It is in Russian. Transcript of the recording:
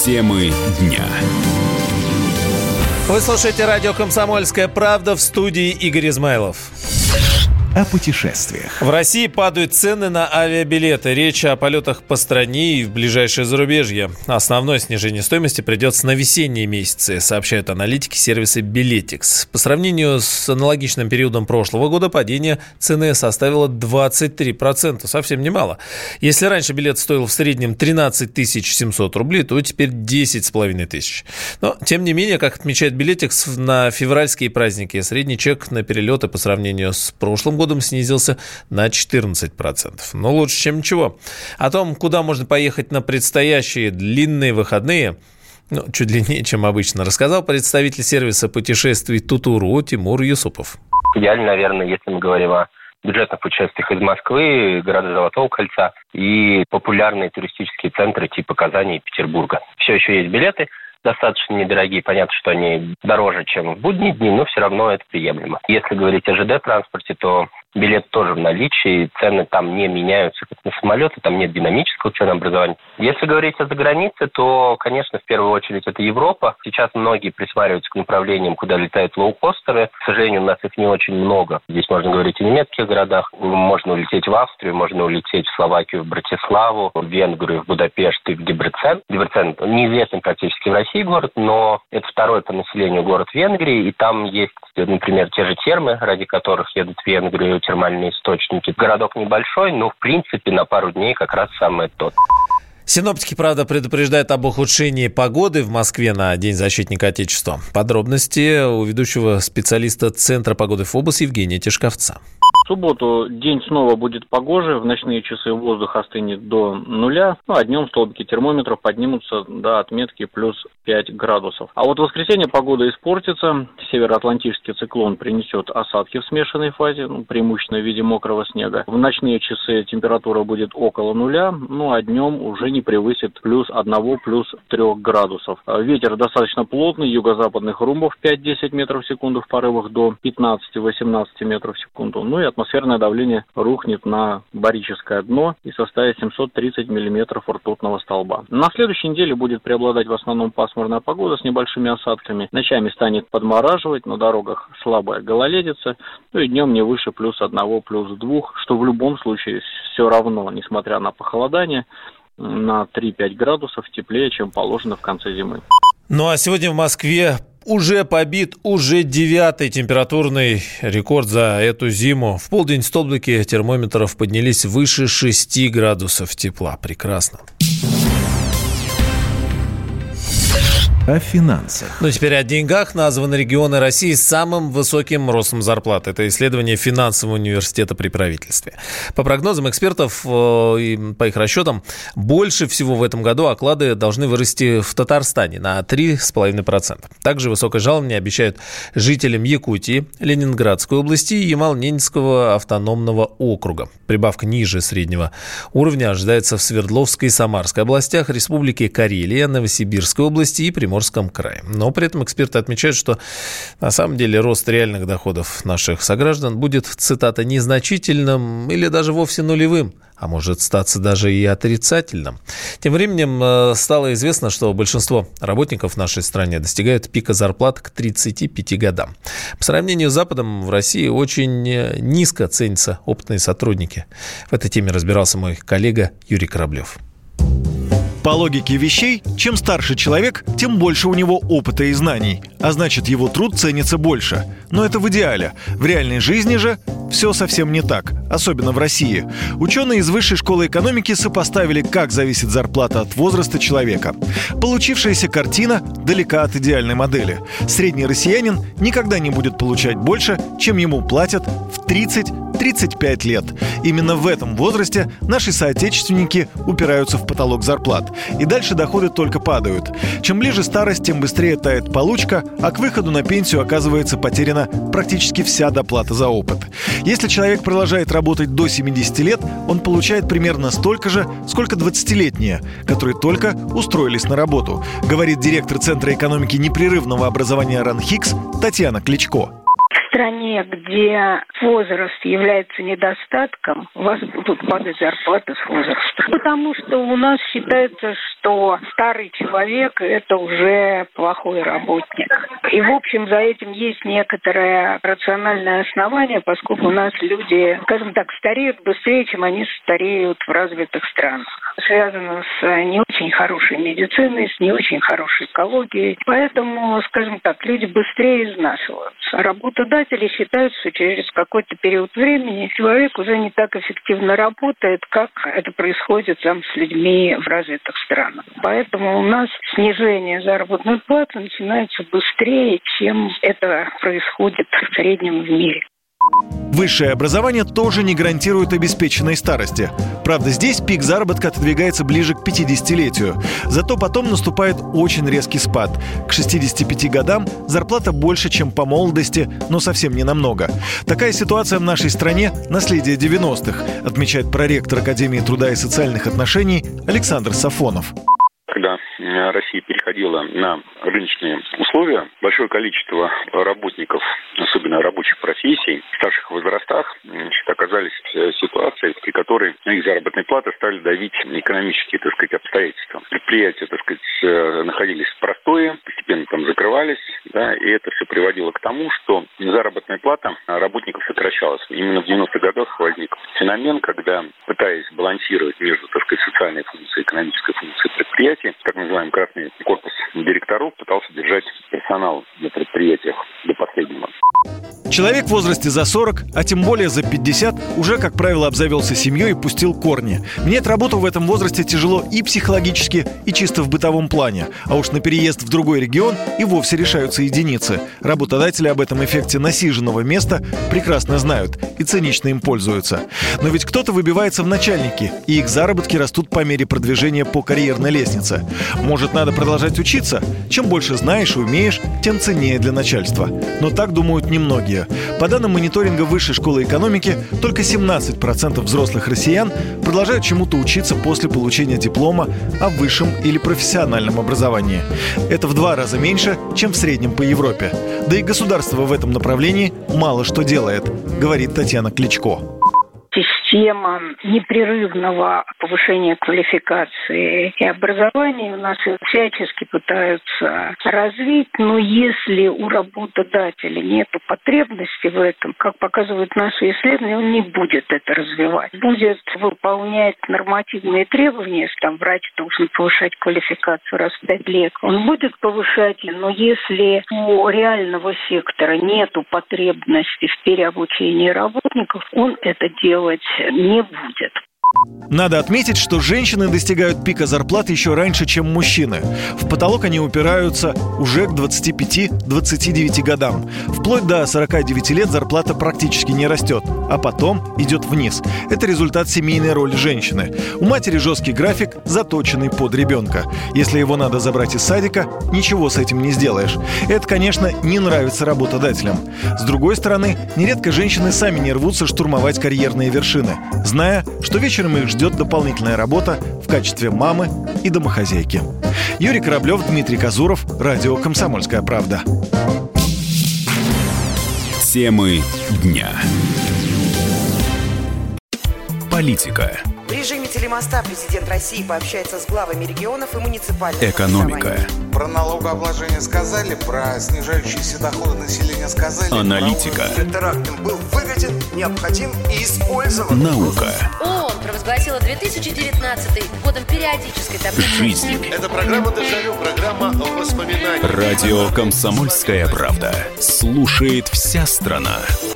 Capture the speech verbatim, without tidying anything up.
Темы дня. Вы слушаете радио «Комсомольская правда», в студии Игорь Измайлов. О путешествиях. В России падают цены на авиабилеты. Речь о полетах по стране и в ближайшее зарубежье. Основное снижение стоимости придется на весенние месяцы, сообщают аналитики сервиса Билетикс. По сравнению с аналогичным периодом прошлого года падение цены составило двадцать три процента. Совсем немало. Если раньше билет стоил в среднем тринадцать тысяч семьсот рублей, то теперь десять с половиной тысяч. Но, тем не менее, как отмечает Билетикс, на февральские праздники средний чек на перелеты по сравнению с прошлым годом снизился на четырнадцать процентов. Но лучше, чем ничего. О том, куда можно поехать на предстоящие длинные выходные, ну, чуть длиннее, чем обычно, рассказал представитель сервиса путешествий Тутуру Тимур Юсупов. Идеально, наверное, если мы говорим о бюджетных путешествиях из Москвы, города Золотого кольца и популярные туристические центры типа Казани и Петербурга. Все еще есть билеты, достаточно недорогие. Понятно, что они дороже, чем в будние дни, но все равно это приемлемо. Если говорить о ЖД-транспорте, то билет тоже в наличии, цены там не меняются, как на самолеты, там нет динамического ценообразования. Если говорить о загранице, то, конечно, в первую очередь это Европа. Сейчас многие присматриваются к направлениям, куда летают лоукостеры. К сожалению, у нас их не очень много. Здесь можно говорить о немецких городах. Можно улететь в Австрию, можно улететь в Словакию, в Братиславу, в Венгрию, в Будапешт и в Дебрецен. Дебрецен неизвестный практически в России город, но это второй по населению город Венгрии, и там есть, например, те же термы, ради которых едут в Венгрию, термальные источники. Городок небольшой, но, в принципе, на пару дней как раз самое то. Синоптики, правда, предупреждают об ухудшении погоды в Москве на День защитника Отечества. Подробности у ведущего специалиста Центра погоды ФОБОС Евгения Тишковца. В субботу день снова будет погоже, в ночные часы воздух остынет до нуля, ну а днем столбики термометров поднимутся до отметки плюс пять градусов. А вот в воскресенье погода испортится, североатлантический циклон принесет осадки в смешанной фазе, ну, преимущественно в виде мокрого снега. В ночные часы температура будет около нуля, ну а днем уже не превысит плюс одного, плюс трех градусов. Ветер достаточно плотный, юго-западных румбов пять-десять метров в секунду в порывах до пятнадцать-восемнадцать метров в секунду. Ну и атмосферное давление рухнет на барическое дно и составит семьсот тридцать миллиметров ртутного столба. На следующей неделе будет преобладать в основном пасмурная погода с небольшими осадками. Ночами станет подмораживать, на дорогах слабая гололедица, ну и днем не выше плюс одного, плюс двух, что в любом случае все равно, несмотря на похолодание, на три-пять градусов теплее, чем положено в конце зимы. Ну а сегодня в Москве уже побит уже девятый температурный рекорд за эту зиму. В полдень столбики термометров поднялись выше шести градусов тепла. Прекрасно. О финансах. Ну, теперь о деньгах. Названы регионы России с самым высоким ростом зарплат. Это исследование финансового университета при правительстве. По прогнозам экспертов и по их расчетам, больше всего в этом году оклады должны вырасти в Татарстане на три целых пять десятых процента. Также высокое жалование обещают жителям Якутии, Ленинградской области и Ямал-Ненецкого автономного округа. Прибавка ниже среднего уровня ожидается в Свердловской и Самарской областях, Республике Карелия, Новосибирской области и Приморской крае. Но при этом эксперты отмечают, что на самом деле рост реальных доходов наших сограждан будет, цитата, незначительным или даже вовсе нулевым, а может статься даже и отрицательным. Тем временем стало известно, что большинство работников в нашей стране достигают пика зарплат к тридцати пяти годам. По сравнению с Западом в России очень низко ценятся опытные сотрудники. В этой теме разбирался мой коллега Юрий Кораблев. По логике вещей, чем старше человек, тем больше у него опыта и знаний, а значит, его труд ценится больше. Но это в идеале. В реальной жизни же все совсем не так, особенно в России. Ученые из Высшей школы экономики сопоставили, как зависит зарплата от возраста человека. Получившаяся картина далека от идеальной модели. Средний россиянин никогда не будет получать больше, чем ему платят в тридцать-тридцать пять лет. Именно в этом возрасте наши соотечественники упираются в потолок зарплат. И дальше доходы только падают. Чем ближе старость, тем быстрее тает получка, а к выходу на пенсию оказывается потеряна практически вся доплата за опыт. Если человек продолжает работать до семидесяти лет, он получает примерно столько же, сколько двадцатилетние, которые только устроились на работу, говорит директор Центра экономики непрерывного образования РАНХИКС Татьяна Кличко. В стране стране, где возраст является недостатком, у вас будут падать зарплаты с возрастом. Потому что у нас считается, что старый человек – это уже плохой работник. И, в общем, за этим есть некоторое рациональное основание, поскольку у нас люди, скажем так, стареют быстрее, чем они стареют в развитых странах. Связано с не очень хорошей медициной, с не очень хорошей экологией. Поэтому, скажем так, люди быстрее изнашиваются. Работодатели считают, что через какой-то период времени человек уже не так эффективно работает, как это происходит там с людьми в развитых странах. Поэтому у нас снижение заработной платы начинается быстрее, чем это происходит в среднем в мире. Высшее образование тоже не гарантирует обеспеченной старости. Правда, здесь пик заработка отодвигается ближе к пятидесятилетию. Зато потом наступает очень резкий спад. К шестидесяти пяти годам зарплата больше, чем по молодости, но совсем не намного. Такая ситуация в нашей стране – наследие девяностых, отмечает проректор Академии труда и социальных отношений Александр Сафонов. Когда Россия переходила на рыночные условия, большое количество работников, особенно рабочих профессий, в старших возрастах, значит, оказались в ситуации, при которой их заработные платы стали давить экономические, так сказать, обстоятельства. Предприятия, так сказать, находились в простое, постепенно там закрывались, да, и это все приводило к тому, что заработная плата работников сокращалась. Именно в девяностых годах возник феномен, когда, пытаясь балансировать между, так сказать, социальной функцией и экономической функцией предприятия, так называемый красный корпус директоров пытался держать персонал на предприятиях до последнего. Человек в возрасте за сорок, а тем более за пятьдесят, уже, как правило, обзавелся семьей и пустил корни. Менять работу в этом возрасте тяжело и психологически, и чисто в бытовом плане. А уж на переезд в другой регион и вовсе решаются единицы. Работодатели об этом эффекте насиженного места прекрасно знают и цинично им пользуются. Но ведь кто-то выбивается в начальники, и их заработки растут по мере продвижения по карьерной лестнице. Может, надо продолжать учиться? Чем больше знаешь и умеешь, тем ценнее для начальства. Но так думают немногие. По данным мониторинга Высшей школы экономики, только семнадцать процентов взрослых россиян продолжают чему-то учиться после получения диплома о высшем или профессиональном образовании. Это в два раза меньше, чем в среднем по Европе. Да и государство в этом направлении мало что делает, говорит Татьяна Кличко. Система непрерывного повышения квалификации и образования у нас всячески пытаются развить, но если у работодателя нет потребности в этом, как показывают наши исследования, он не будет это развивать. Будет выполнять нормативные требования, если там врач должен повышать квалификацию раз в пять лет, он будет повышать, но если у реального сектора нет потребности в переобучении работников, он это делает не будет. Надо отметить, что женщины достигают пика зарплат еще раньше, чем мужчины. В потолок они упираются уже к двадцати пяти - двадцати девяти годам. Вплоть до сорока девяти лет зарплата практически не растет, а потом идет вниз. Это результат семейной роли женщины. У матери жесткий график, заточенный под ребенка. Если его надо забрать из садика, ничего с этим не сделаешь. Это, конечно, не нравится работодателям. С другой стороны, нередко женщины сами не рвутся штурмовать карьерные вершины, зная, что вечером их ждет дополнительная работа в качестве мамы и домохозяйки. Юрий Кораблев, Дмитрий Казуров, радио «Комсомольская правда». Темы дня. Политика. В режиме телемоста президент России пообщается с главами регионов и муниципальных Экономика. Про налогообложение сказали, про снижающиеся доходы населения сказали. Аналитика. Теракт был выгоден, необходим и использован. Наука. ООН провозгласила две тысячи девятнадцатый годом периодической таблицы. Жизнь. Это программа «Дежавю», программа воспоминаний. Радио «Комсомольская правда». Слушает вся страна.